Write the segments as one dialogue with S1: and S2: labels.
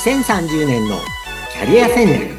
S1: 2030年のキャリア戦略。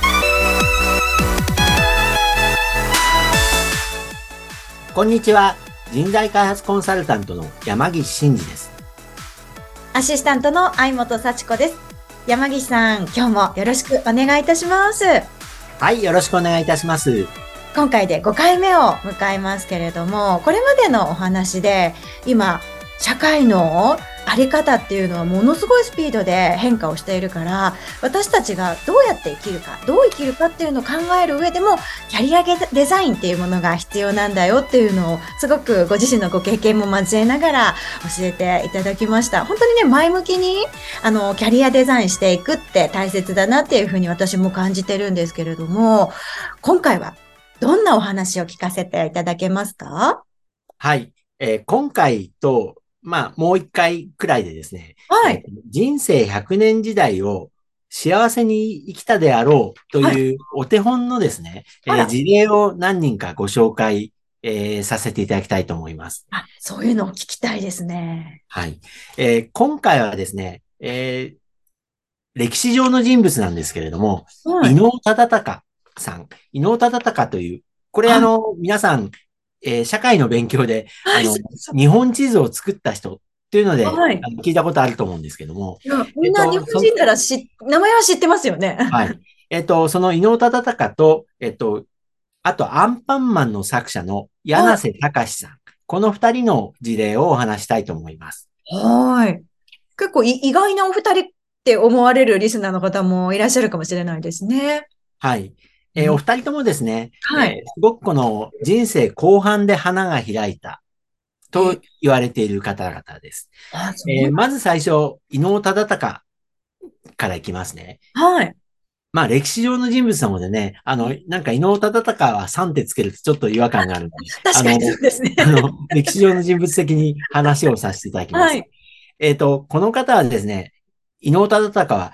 S1: こんにちは。人材開発コンサルタントの山岸真嗣です。
S2: アシスタントの相本幸子です。山岸さん、今日もよろしくお願いいたします。
S1: はい、よろしくお願いいたします。
S2: 今回で5回目を迎えますけれども、これまでのお話で今社会のあり方っていうのはものすごいスピードで変化をしているから、私たちがどうやって生きるか、どう生きるかっていうのを考える上でもキャリアデザインっていうものが必要なんだよっていうのをすごくご自身のご経験も交えながら教えていただきました。本当にね、前向きにキャリアデザインしていくって大切だなっていうふうに私も感じてるんですけれども、今回はどんなお話を聞かせていただけますか？
S1: はい、今回ともう一回くらいでですね、
S2: はい。
S1: 人生100年時代を幸せに生きたであろうと
S2: はい。
S1: いうお手本のですね、
S2: あら。
S1: 事例を何人かご紹介、させていただきたいと思います。
S2: そういうのを聞きたいですね。
S1: はい。今回はですね、歴史上の人物なんですけれども、
S2: はい。
S1: 伊能忠敬さん。伊能忠敬という、これ
S2: はい。
S1: 皆さん、社会の勉強で、
S2: はい、そうそう。
S1: 日本地図を作った人っていうので、
S2: はい。
S1: 聞いたことあると思うんですけども、
S2: いや、み
S1: えっと、
S2: んな日本人なら名前は知ってますよね。
S1: はい。その伊能忠敬と、あと、アンパンマンの作者の
S2: はい。
S1: 柳瀬隆さん。この二人の事例をお話したいと思います。
S2: はい。結構意外なお二人って思われるリスナーの方もいらっしゃるかもしれないですね。
S1: はい。
S2: うん。
S1: お二人ともですね、
S2: はい。
S1: すごくこの人生後半で花が開いたと
S2: え、
S1: 言われている方々です。
S2: そうなん。
S1: まず最初、伊能忠敬からいきますね。
S2: はい。
S1: 歴史上の人物なのでね、なんか伊能忠敬は3ってつけるとちょっと違和感があるので、
S2: 確かにそうですね。
S1: 歴史上の人物的に話をさせていただきます。
S2: はい。
S1: この方はですね、伊能忠敬は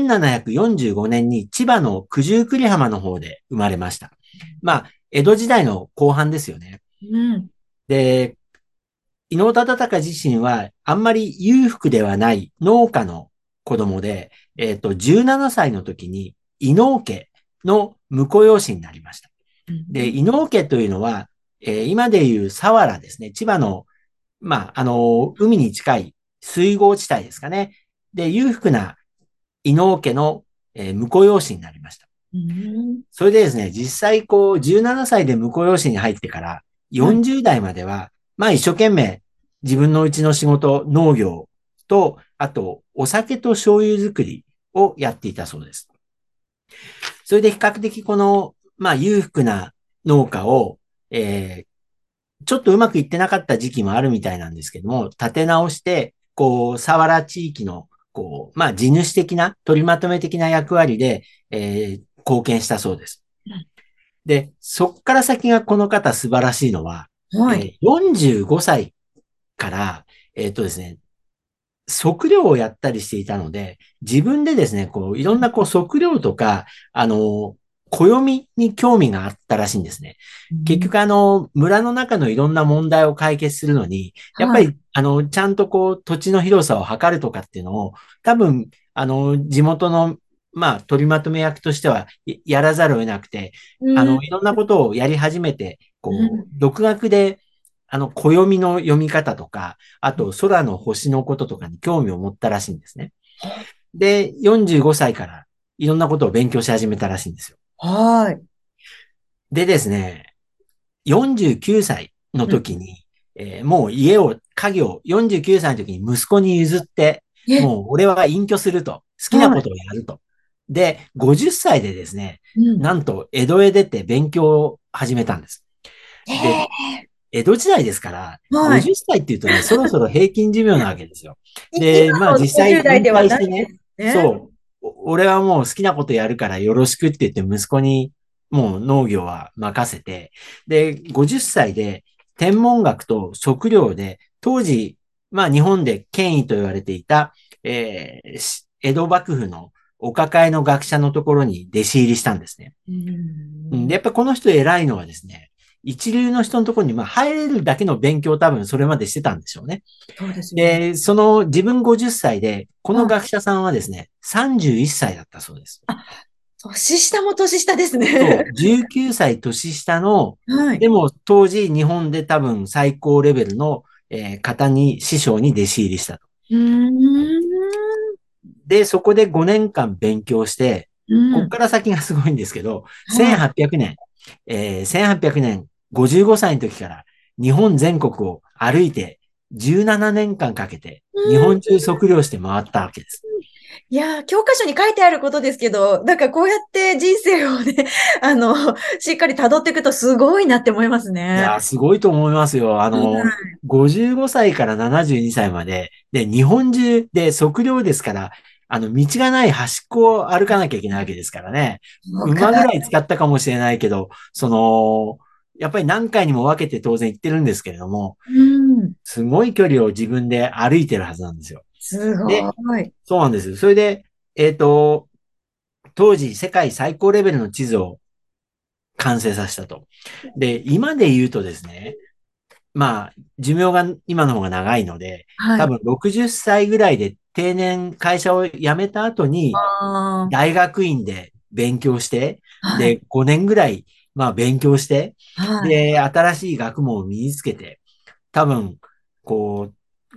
S1: 1745年に千葉の九十九里浜の方で生まれました。江戸時代の後半ですよね。
S2: うん。
S1: で、伊能忠敬自身はあんまり裕福ではない農家の子供で、17歳の時に伊能家の婿養子になりました。で、
S2: うん。
S1: 伊能家というのは、今でいう佐原ですね。千葉の、海に近い水郷地帯ですかね。で、裕福な伊能家の、婿養子になりました。
S2: うん。
S1: それでですね、実際こう、17歳で婿養子に入ってから
S2: はい。
S1: 40代までは、一生懸命自分のうちの仕事、農業と、あと、お酒と醤油作りをやっていたそうです。それで比較的この、裕福な農家を、ちょっとうまくいってなかった時期もあるみたいなんですけども、立て直して、こう、佐原地域の、こう、地主的な、取りまとめ的な役割で、貢献したそうです。で、そっから先がこの方素晴らしいのは、
S2: はい。
S1: 45歳から、ですね、測量をやったりしていたので、自分でですね、こう、いろんなこう測量とか、暦に興味があったらしいんですね。
S2: うん。
S1: 結局村の中のいろんな問題を解決するのに、やっぱ
S2: はい。
S1: り、ちゃんとこう、土地の広さを測るとかっていうのを、多分、地元の、取りまとめ役としては、やらざるを得なくて、
S2: うん。
S1: いろんなことをやり始めて、こう、
S2: うん。
S1: 独学で、暦の読み方とか、あと空の星のこととかに興味を持ったらしいんですね。で、45歳からいろんなことを勉強し始めたらしいんですよ。
S2: はい。
S1: でですね、49歳の
S2: うん。
S1: 時に、もう家業、49歳の時に息子に譲って、
S2: え、
S1: もう俺は隠居すると、好きな
S2: はい。
S1: ことをやると。で、50歳でですね、
S2: うん。
S1: なんと江戸へ出て勉強を始めたんです。で、
S2: え
S1: 江戸時代ですから、
S2: はい。
S1: 50歳って言うとね、そろそろ平均寿命なわけですよ。で、
S2: 今の
S1: 実際
S2: 50代
S1: 引
S2: ではない
S1: 退してね、
S2: ですね。
S1: そう、俺はもう好きなことやるからよろしくって言って息子にもう農業は任せて、で、50歳で天文学と測量で、当時、日本で権威と言われていた、江戸幕府のお抱えの学者のところに弟子入りしたんですね。
S2: う
S1: うんで、
S2: ん。
S1: やっぱこの人偉いのはですね、 一流の人のところにまあ入れるだけの勉強を多分それまでしてたんでしょうね。
S2: そうですよね。
S1: で、その自分50歳で、この
S2: はい。
S1: 学者さんはですね、31歳だったそうです。
S2: あ、年下も年下ですね。
S1: そう、19歳年下の、
S2: はい。
S1: でも当時日本で多分最高レベルの、方に、師匠に弟子入りしたと。
S2: うーん。
S1: で、そこで5年間勉強して、
S2: うん。
S1: こっから先がすごいんですけど、
S2: はい。
S1: 1800年、1800年、55歳の時から日本全国を歩いて17年間かけて
S2: う
S1: 日本
S2: ん。
S1: 中測量して回ったわけです。
S2: いやー、教科書に書いてあることですけど、なんかこうやって人生をね、しっかり辿っていくとすごいなって思いますね。
S1: いやー、すごいと思いますよ。
S2: はい。
S1: 55歳から72歳まで、で、日本中で測量ですから、道がない端っこを歩かなきゃいけないわけですからね。
S2: そうか。
S1: 馬ぐらい使ったかもしれないけど、やっぱり何回にも分けて当然行ってるんですけれども、
S2: うん。
S1: すごい距離を自分で歩いてるはずなんですよ。
S2: す
S1: で、
S2: ごい。
S1: そうなんです。それで、当時世界最高レベルの地図を完成させたと。で、今で言うとですね、まあ、寿命が今の方が長いので、
S2: はい。
S1: 多分60歳ぐらいで定年会社を辞めた後に、
S2: あ
S1: 大学院で勉強して、
S2: あ、はい。
S1: で、5年ぐらい、まあ勉強して、
S2: はい。
S1: で、新しい学問を身につけて、多分、こ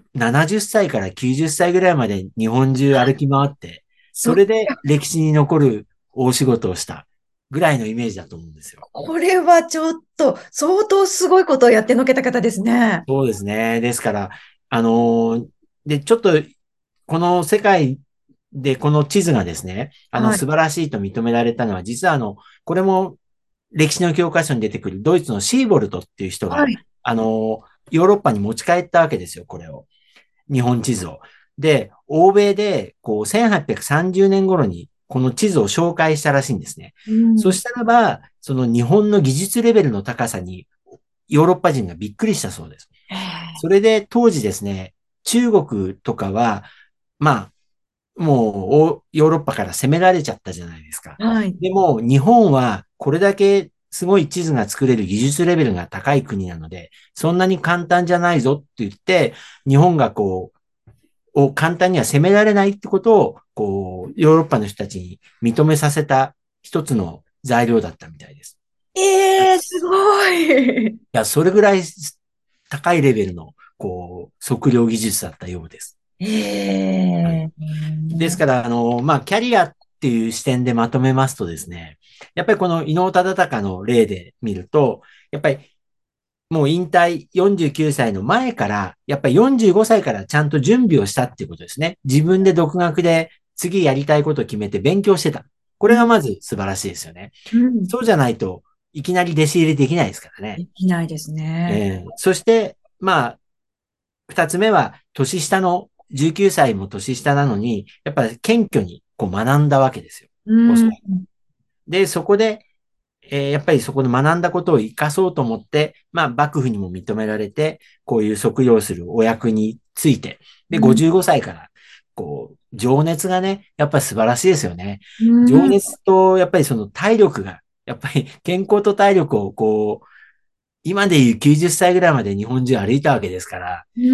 S1: 70歳から90歳ぐらいまで日本中歩き回って、
S2: そっ
S1: それで
S2: か。
S1: 歴史に残る大仕事をしたぐらいのイメージだと思うんですよ。
S2: これはちょっと相当すごいことをやってのけた方ですね。
S1: そうですね。ですから、あので、ちょっと、この世界でこの地図がですね、
S2: はい。
S1: 素晴らしいと認められたのは、実はこれも歴史の教科書に出てくるドイツのシーボルトっていう人が、
S2: はい。
S1: ヨーロッパに持ち帰ったわけですよ、これを。日本地図を。で、欧米で、こう、1830年頃に、この地図を紹介したらしいんですね。
S2: うん。
S1: そしたらば、その日本の技術レベルの高さに、ヨーロッパ人がびっくりしたそうです。
S2: へえ。
S1: それで当時ですね、中国とかは、まもうヨーロッパから攻められちゃったじゃないですか。
S2: はい。
S1: でも日本はこれだけすごい地図が作れる技術レベルが高い国なので、そんなに簡単じゃないぞって言って、日本が簡単には攻められないってことを、ヨーロッパの人たちに認めさせた一つの材料だったみたいです。
S2: ええ、すごい。
S1: いや、それぐらい高いレベルの、測量技術だったようです。はい。
S2: ええ。
S1: ですから、まあ、キャリアっていう視点でまとめますとですね、やっぱりこの伊能忠敬の例で見ると、やっぱりもう引退49歳の前から、やっぱり45歳からちゃんと準備をしたっていうことですね。自分で独学で次やりたいことを決めて勉強してた。こ
S2: うん。
S1: れがまず素晴らしいですよね。
S2: うん。
S1: そうじゃないといきなり弟子入りできないですからね。
S2: できないですね。
S1: そして、まあ、二つ目は、年下の、19歳も年下なのに、やっぱり謙虚に学んだわけですよ。
S2: うん。
S1: おそらく。で、そこで、やっぱりそこで学んだことを活かそうと思って、まあ、幕府にも認められて、こういう測量するお役について、で、
S2: うん。
S1: 55歳から、情熱がね、やっぱり素晴らしいですよね。
S2: う
S1: 情
S2: ん。
S1: 熱と、やっぱりその体力が、やっぱり健康と体力を今でいう90歳ぐらいまで日本中歩いたわけですから、
S2: うん。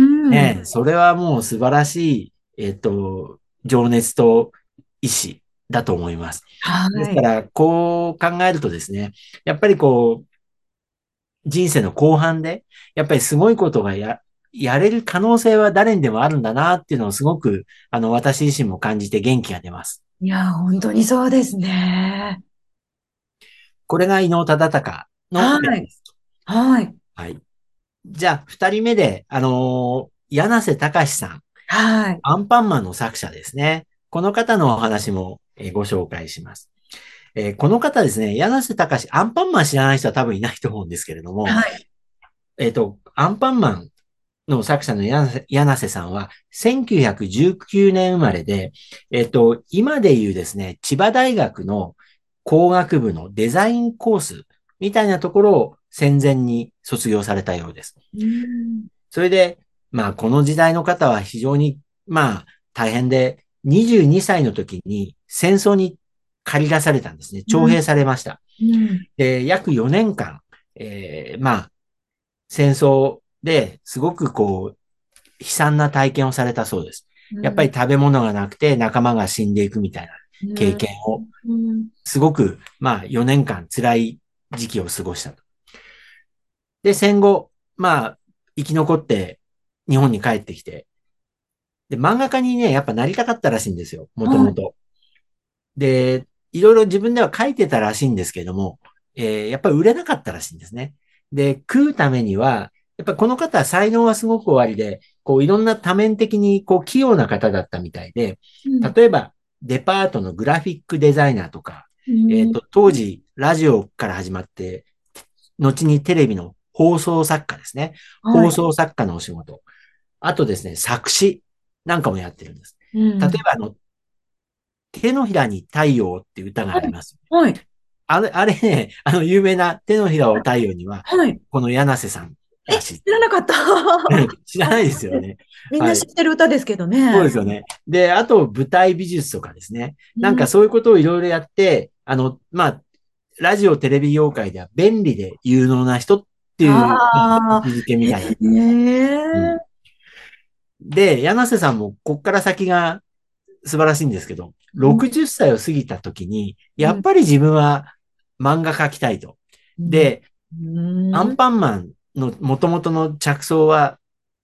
S1: ねえ、それはもう素晴らしい、情熱と意志だと思います。
S2: はい。
S1: ですから、こう考えるとですね、やっぱり人生の後半で、やっぱりすごいことがやれる可能性は誰にでもあるんだなっていうのをすごく、私自身も感じて元気が出ます。
S2: いや、本当にそうですね。
S1: これが伊能忠敬の
S2: はい。
S1: 例です。
S2: はい。
S1: はい。じゃあ、二人目で、柳瀬隆さん。
S2: はい。
S1: アンパンマンの作者ですね。この方のお話もご紹介します。この方ですね、柳瀬隆、アンパンマン知らない人は多分いないと思うんですけれども、
S2: はい。
S1: アンパンマンの作者の柳瀬さんは、1919年生まれで、今で言うですね、千葉大学の工学部のデザインコースみたいなところを戦前に卒業されたようです。
S2: うん。
S1: それで、まあ、この時代の方は非常に、まあ、大変で、22歳の時に戦争に駆り出されたんですね。徴
S2: うん。
S1: 兵されました。
S2: うん。
S1: で、約4年間、 まあ、戦争ですごくこう、悲惨な体験をされたそうです。やっぱ
S2: うん。
S1: り食べ物がなくて仲間が死んでいくみたいな経
S2: うん。
S1: 験を、
S2: うん。
S1: すごく、まあ、4年間辛い時期を過ごしたと。で、戦後、まあ、生き残って日本に帰ってきて、で、漫画家にね、やっぱなりたかったらしいんですよ、もと
S2: はい。
S1: もと。で、いろいろ自分では書いてたらしいんですけども、やっぱり売れなかったらしいんですね。で、食うためには、やっぱりこの方は才能はすごく終わりで、こういろんな多面的にこう器用な方だったみたいで、
S2: うん。
S1: 例えばデパートのグラフィックデザイナーとか、
S2: うん。
S1: 当時ラジオから始まって、後にテレビの放送作家ですね。
S2: はい。
S1: 放送作家のお仕事。あとですね、作詞なんかもやってるんです。
S2: うん。
S1: 例えば手のひらに太陽っていう歌が
S2: はい。
S1: あります。
S2: はい。
S1: あれね、有名な手のひらを太陽には、
S2: はい。
S1: この柳瀬さん
S2: え、
S1: らしい。
S2: 知らなかった。
S1: 知らないですよね。
S2: みんな
S1: はい。
S2: 知ってる歌ですけどね。
S1: そうですよね。で、あと舞台美術とかですね。なん
S2: うん。
S1: かそういうことをいろいろやって、まあ、ラジオ、テレビ業界では便利で有能な人っていう、まあ、位
S2: ああ、
S1: 置づけみたいな。
S2: え
S1: うん。
S2: え。
S1: で、柳瀬さんもこっから先が素晴らしいんですけど、
S2: うん。
S1: 60歳を過ぎた時に、
S2: うん。
S1: やっぱり自分は漫画描きたいと。
S2: うん。
S1: で、ア
S2: うん。
S1: ンパンマンの元々の着想は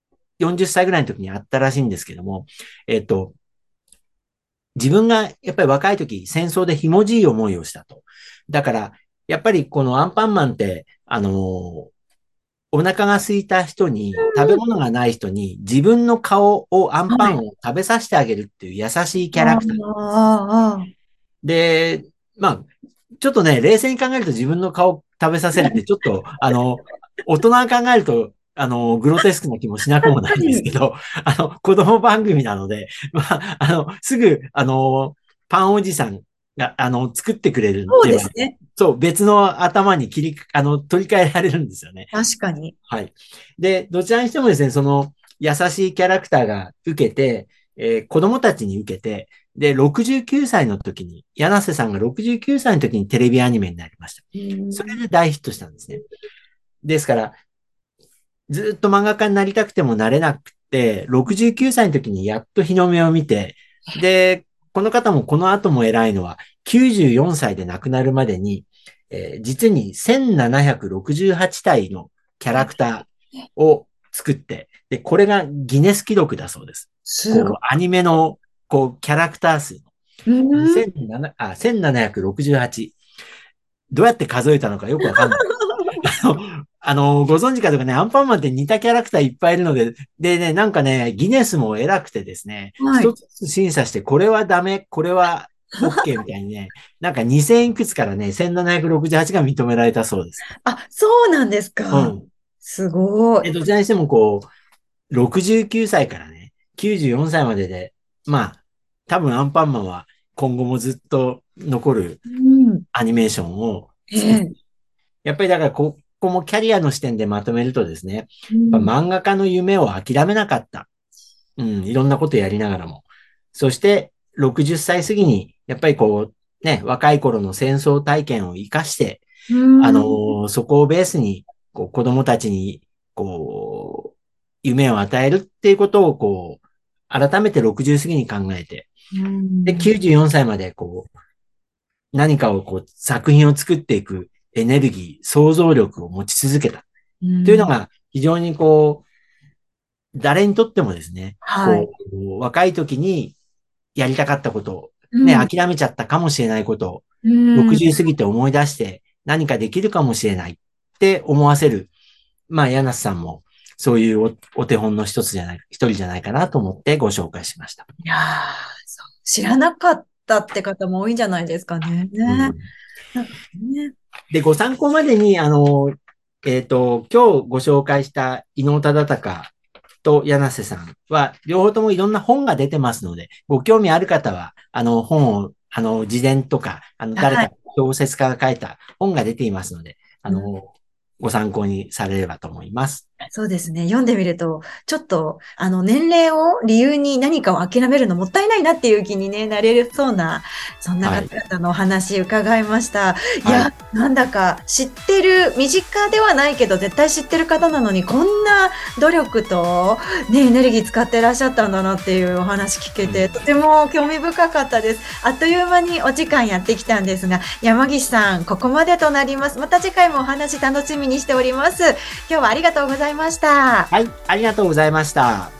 S1: 40歳ぐらいの時にあったらしいんですけども、えっと、自分がやっぱり若い時戦争でひもじい思いをしたと。だから、やっぱりこのアンパンマンって、お腹が空いた人に、食べ物がない人に自分の顔をアン
S2: はい。
S1: パンを食べさせてあげるっていう優しいキャラクター。
S2: ああ、あ
S1: で、まあ、ちょっとね、冷静に考えると自分の顔食べさせるって、ちょっと、大人が考えると、グロテスクな気もしなく
S2: あ、
S1: もないんですけ
S2: 確かに。
S1: ど、子供番組なので、まあ、すぐ、パンおじさんが、作ってくれる
S2: そう
S1: れば、
S2: ですね。
S1: そう、別の頭に取り替えられるんですよね。
S2: 確かに。
S1: はい。で、どちらにしてもですね、その優しいキャラクターが受けて、子供たちに受けて、で、69歳の時に、柳瀬さんが69歳の時にテレビアニメになりました。
S2: うん。
S1: それで大ヒットしたんですね。ですから、ずっと漫画家になりたくてもなれなくて、69歳の時にやっと日の目を見て、で、この方もこの後も偉いのは、94歳で亡くなるまでに、実に1768体のキャラクターを作って、で、これがギネス記録だそうです。
S2: すごい。
S1: こう、アニメの、こう、キャラクター数の
S2: うん。
S1: 1768。どうやって数えたのかよくわかんない。ご存知かとかね、アンパンマンって似たキャラクターいっぱいいるので、でね、なんかね、ギネスも偉くてですね、
S2: はい。
S1: 一つずつ審査して、これはダメ、これは OK みたいにね、なんか2000いくつからね、1768が認められたそうです。
S2: あ、そうなんですか。
S1: うん。
S2: すごい。
S1: どちらにしてもこう、69歳からね、94歳までで、まあ、多分アンパンマンは今後もずっと残る
S2: うん。
S1: アニメーションを作って、
S2: ええ。
S1: やっぱりだからここもキャリアの視点でまとめるとですね、やっぱ
S2: うん。
S1: 漫画家の夢を諦めなかった。うん、いろんなことやりながらも。そして、60歳過ぎに、やっぱりこう、ね、若い頃の戦争体験を活かして、
S2: うん。
S1: そこをベースに、こう、子供たちに、こう、夢を与えるっていうことを、こう、改めて60過ぎに考えて、
S2: う
S1: で、
S2: ん。
S1: 94歳まで、こう、何かをこう、作品を作っていくエネルギー、想像力を持ち続けた。
S2: うん。
S1: というのが、非常にこう、誰にとってもですね、
S2: はい。
S1: こう、若い時にやりたかったことを、ね、
S2: うん。
S1: 諦めちゃったかもしれないことを、
S2: うん。
S1: 60過ぎて思い出して何かできるかもしれないって思わせる。まあ、柳瀬さんもそういうお手本の一人じゃないかなと思ってご紹介しました。
S2: いやー、そう、知らなかったって方も多いんじゃないですかね。ね。
S1: うん。
S2: なんかね。
S1: で、ご参考までに、今日ご紹介した伊能忠敬と柳瀬さんは、両方ともいろんな本が出てますので、ご興味ある方は、本を、自伝とか、誰か
S2: はい。
S1: 小説家が書いた本が出ていますので、
S2: うん。
S1: ご参考にされればと思います。
S2: そうですね。読んでみると、ちょっと、年齢を理由に何かを諦めるのもったいないなっていう気にね、なれるそうな、そんな方
S1: はい。
S2: 々のお話伺いました。いや、
S1: はい。
S2: なんだか知ってる、身近ではないけど、絶対知ってる方なのに、こんな努力と、ね、エネルギー使ってらっしゃったんだなっていうお話聞けて、
S1: うん。
S2: とても興味深かったです。あっという間にお時間やってきたんですが、山岸さん、ここまでとなります。また次回もお話楽しみにしております。今日はありがとうございました。
S1: はい。ありがとうございました。